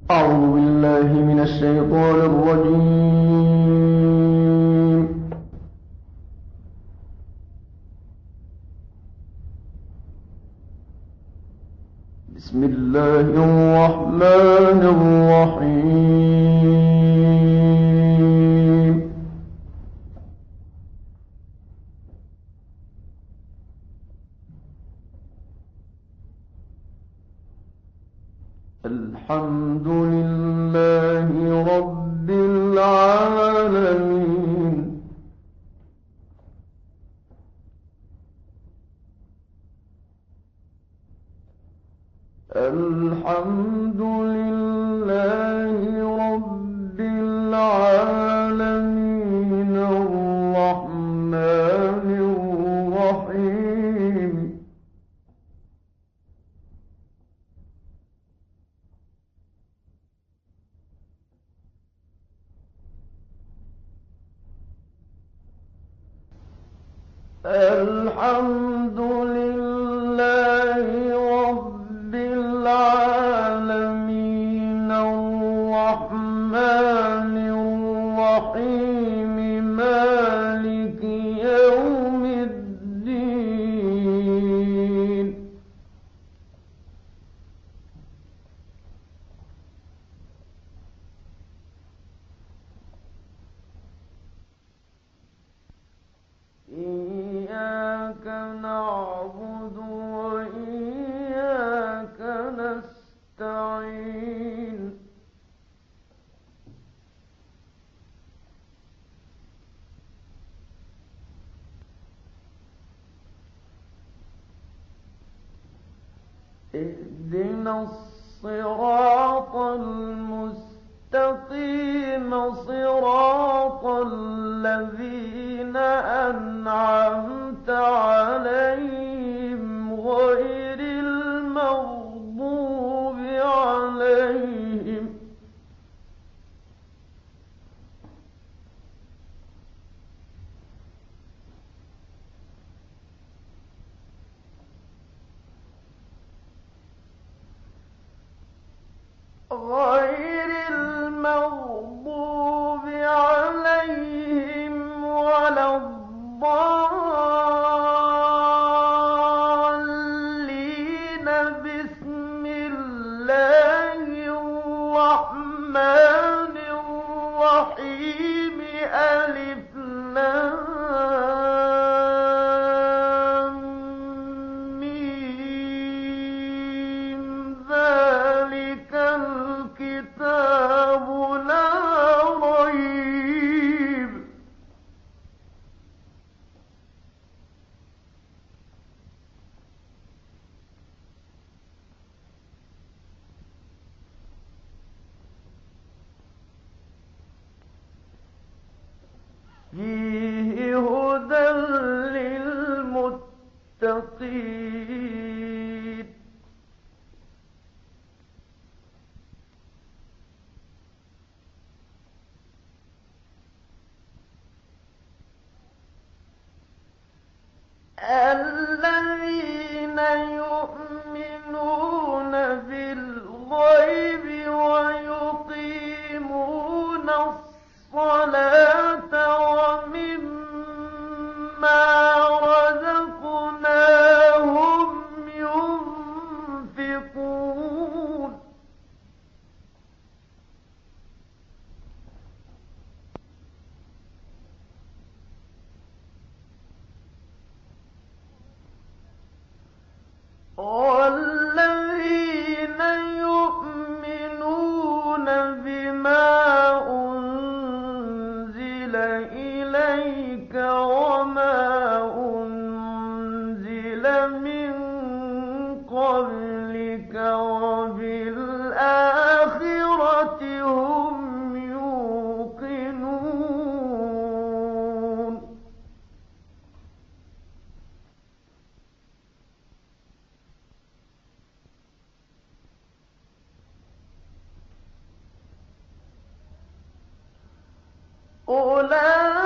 أعوذ بالله من الشيطان الرجيم. بسم الله الرحمن الرحيم. الحمد لله رب العالمين. الحمد لله رب العالمين الرحمن الرحيم الحمد لله رب العالمين الرحمن الرحيم مالك يوم الدين. إياك نعبد وإياك نستعين. اهدنا الصراط المستقيم صراط الذين أنعمت عليهم غير المغضوب عليهم ولا الضالين. بسم الله الرحمن الرحيم. ألف لام ميم. ذلك الكتاب لا ريب فيه هدى للمتقين. الذين يؤمنون بالغيب ويقيمون الصلاة ومما رزقناهم ينفقون. والذين يؤمنون بما أنزل إليك وما أنزل من قبلك وبالآخرة هم يوقنون. أولئك